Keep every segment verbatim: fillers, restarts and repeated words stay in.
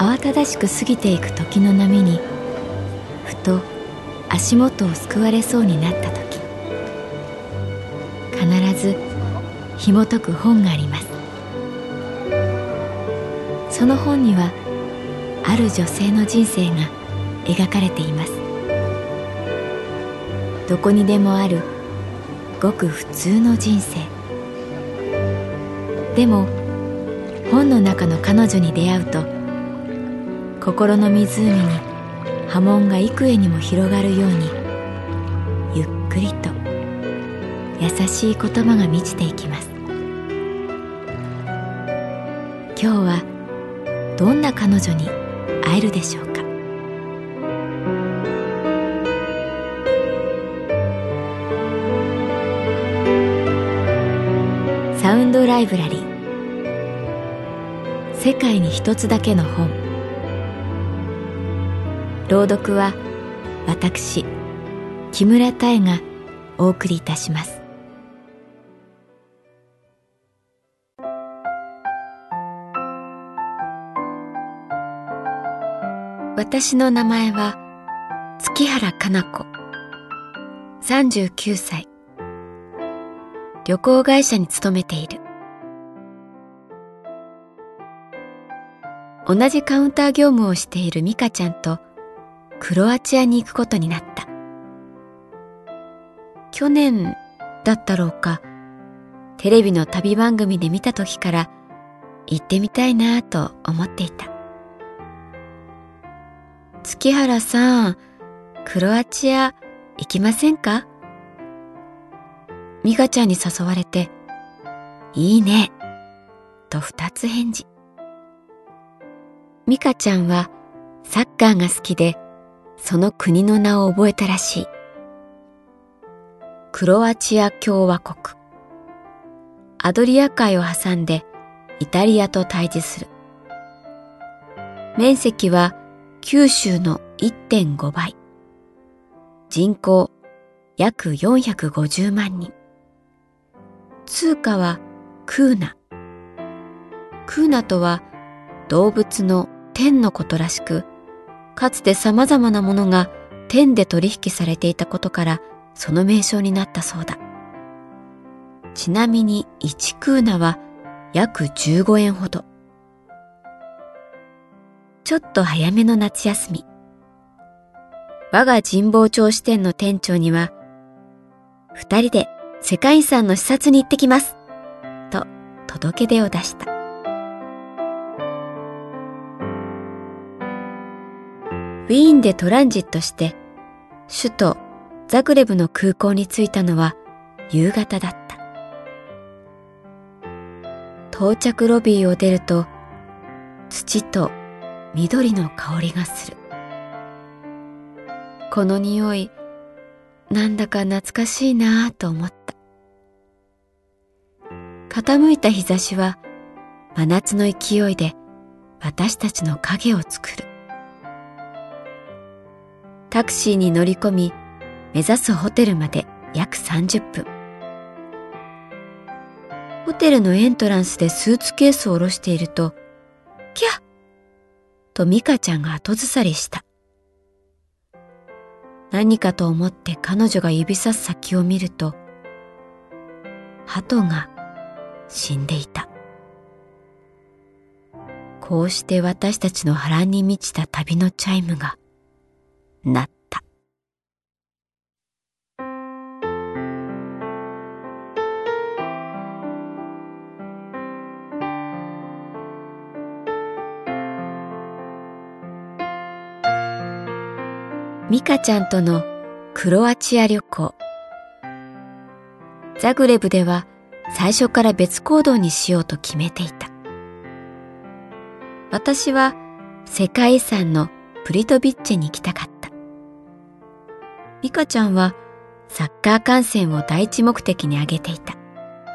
慌ただしく過ぎていく時の波にふと足元をすくわれそうになった時、必ず紐解く本があります。その本にはある女性の人生が描かれています。どこにでもあるごく普通の人生。でも本の中の彼女に出会うと、心の湖に波紋が幾重にも広がるように、ゆっくりと優しい言葉が満ちていきます。今日はどんな彼女に会えるでしょうか。サウンドライブラリー、世界に一つだけの本。朗読は私木村多江がお送りいたします。私の名前は月原かな子、さんじゅうきゅうさい、旅行会社に勤めている。同じカウンター業務をしている美香ちゃんとクロアチアに行くことになった。去年だったろうか、テレビの旅番組で見た時から行ってみたいなぁと思っていた。月原さん、クロアチア行きませんか？美香ちゃんに誘われて、いいね、と二つ返事。美香ちゃんはサッカーが好きで、その国の名を覚えたらしい。クロアチア共和国。アドリア海を挟んでイタリアと対峙する。面積は九州の いってんごばい。人口約よんひゃくごじゅうまんにん。通貨はクーナ。クーナとは動物の天のことらしく、かつて様々なものが天で取引されていたことからその名称になったそうだ。ちなみにいちクーナは約じゅうごえんほど。ちょっと早めの夏休み。我が神保町支店の店長には、二人で世界遺産の視察に行ってきますと届け出を出した。ウィーンでトランジットして首都ザグレブの空港に着いたのは夕方だった。到着ロビーを出ると土と緑の香りがする。この匂い、なんだか懐かしいなぁと思った。傾いた日差しは真夏の勢いで私たちの影を作る。タクシーに乗り込み、目指すホテルまで約さんじゅっぷん。ホテルのエントランスでスーツケースを下ろしていると、キャッと美香ちゃんが後ずさりした。何かと思って彼女が指さす先を見ると、鳩が死んでいた。こうして私たちの波乱に満ちた旅のチャイムが鳴った。美香ちゃんとのクロアチア旅行。ザグレブでは最初から別行動にしようと決めていた。私は世界遺産のプリトビッチェに行きたかった。美香ちゃんはサッカー観戦を第一目的に挙げていた。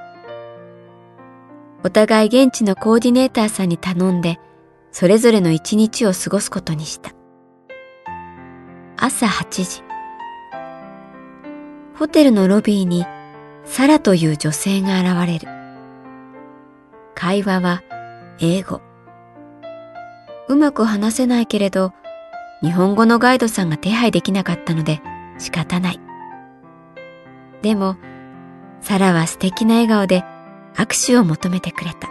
お互い現地のコーディネーターさんに頼んで、それぞれの一日を過ごすことにした。朝はちじ。ホテルのロビーにサラという女性が現れる。会話は英語。 うまく話せないけれど、日本語のガイドさんが手配できなかったので仕方ない。でも、サラは素敵な笑顔で握手を求めてくれた。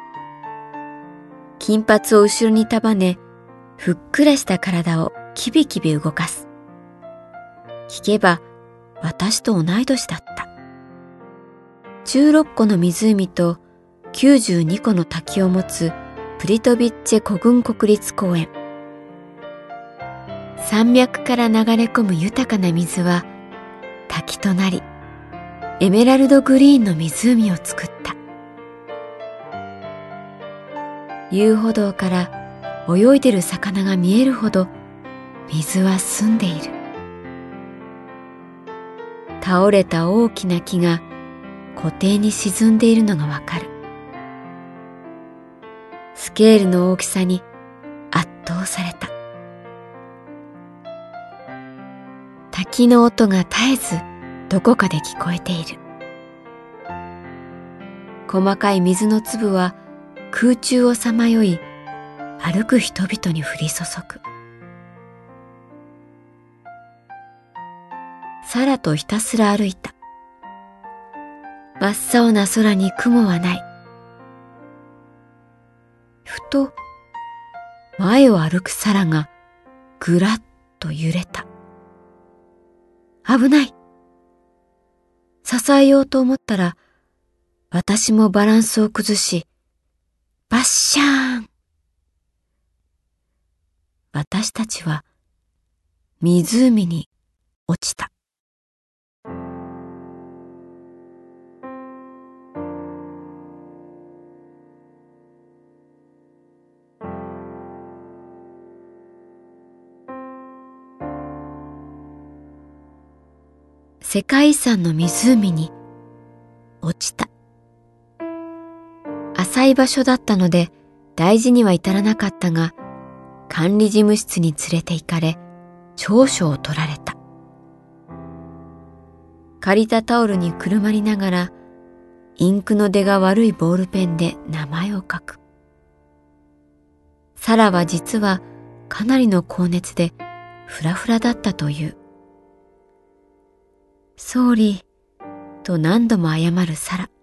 金髪を後ろに束ね、ふっくらした体をキビキビ動かす。聞けば私と同い年だった。じゅうろっこの湖ときゅうじゅうにこの滝を持つプリトビッチェ湖群国立公園。山脈から流れ込む豊かな水は滝となり、エメラルドグリーンの湖を作った。遊歩道から泳いでる魚が見えるほど水は澄んでいる。倒れた大きな木が湖底に沈んでいるのがわかる。スケールの大きさに圧倒された。滝の音が絶えずどこかで聞こえている。細かい水の粒は空中をさまよい、歩く人々に降り注ぐ。サラとひたすら歩いた。真っ青な空に雲はない。ふと前を歩くサラがぐらっと揺れた。危ない。支えようと思ったら、私もバランスを崩し、バッシャーン。私たちは湖に落ちた。世界遺産の湖に落ちた。浅い場所だったので大事には至らなかったが、管理事務室に連れて行かれ、調書を取られた。借りたタオルにくるまりながら、インクの出が悪いボールペンで名前を書く。サラは実はかなりの高熱でフラフラだったという。ソーリーと何度も謝るサラ。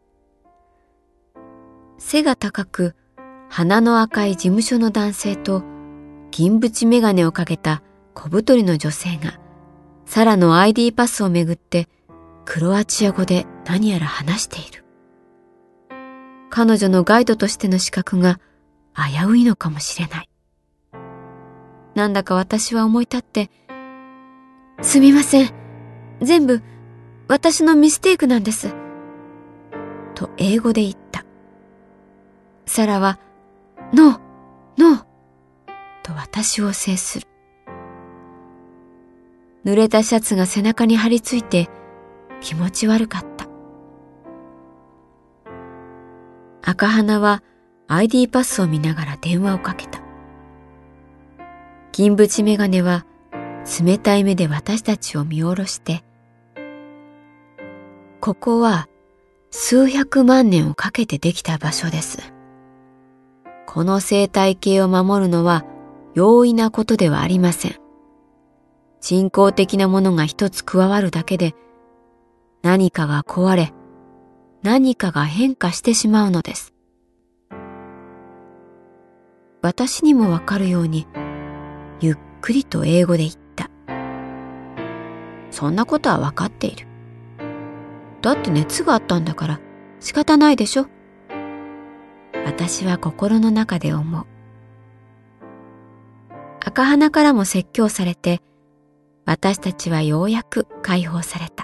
背が高く鼻の赤い事務所の男性と銀縁眼鏡をかけた小太りの女性がサラの アイディー パスをめぐってクロアチア語で何やら話している。彼女のガイドとしての資格が危ういのかもしれない。なんだか私は思い立って、すみません。全部私のミステイクなんです。と英語で言った。サラは、ノー、ノーと私を制する。濡れたシャツが背中に張り付いて気持ち悪かった。赤花は アイディー パスを見ながら電話をかけた。銀縁眼鏡は冷たい目で私たちを見下ろして、ここは数百万年をかけてできた場所です。この生態系を守るのは容易なことではありません。人工的なものが一つ加わるだけで何かが壊れ、何かが変化してしまうのです。私にもわかるようにゆっくりと英語で言った。そんなことはわかっている。だって熱があったんだから仕方ないでしょ。私は心の中で思う。赤花からも説教されて、私たちはようやく解放された。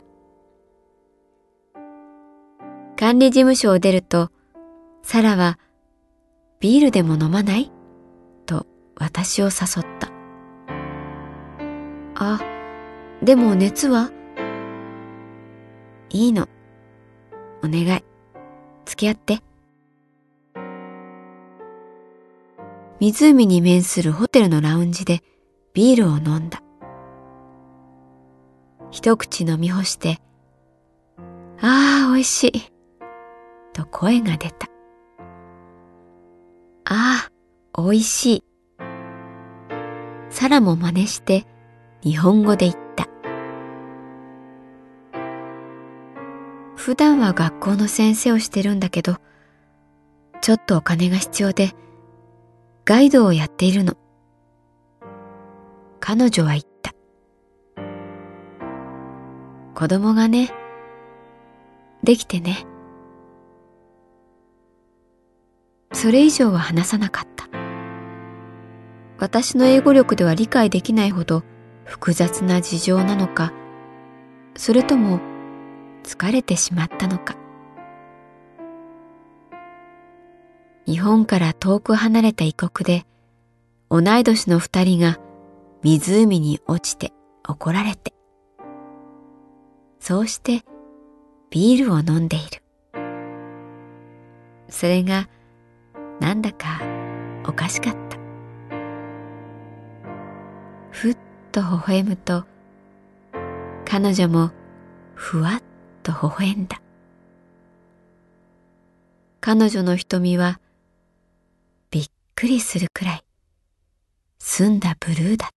管理事務所を出ると、サラはビールでも飲まない?と私を誘った。あ、でも熱は?いいの。お願い。付き合って。湖に面するホテルのラウンジでビールを飲んだ。一口飲み干して、ああ、おいしい。と声が出た。ああ、おいしい。 サラも真似して日本語で言った。普段は学校の先生をしてるんだけど、ちょっとお金が必要で、ガイドをやっているの。彼女は言った。子供がね、できてね。それ以上は話さなかった。私の英語力では理解できないほど複雑な事情なのか、それとも疲れてしまったのか。日本から遠く離れた異国で、同い年の二人が湖に落ちて怒られて、そうしてビールを飲んでいる。それがなんだかおかしかった。ふっと微笑むと、彼女もふわっと微笑んだ。彼女の瞳はびっくりするくらい澄んだブルーだった。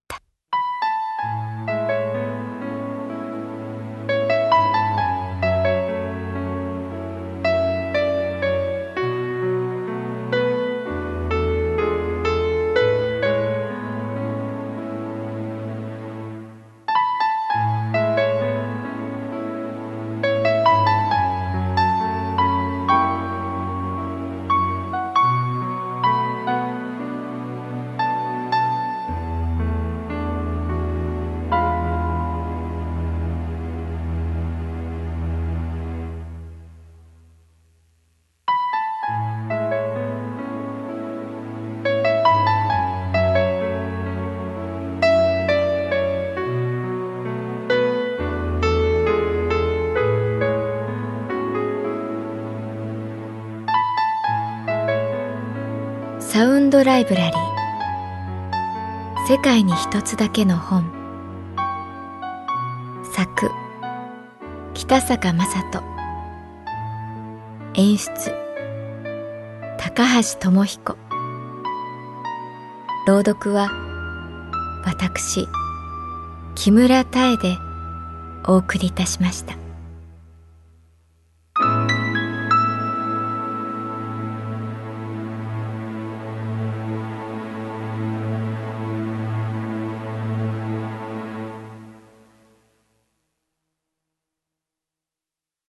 サウンドライブラリー、世界に一つだけの本。作、北坂雅人。演出、高橋智彦。朗読は私、木村多江でお送りいたしました。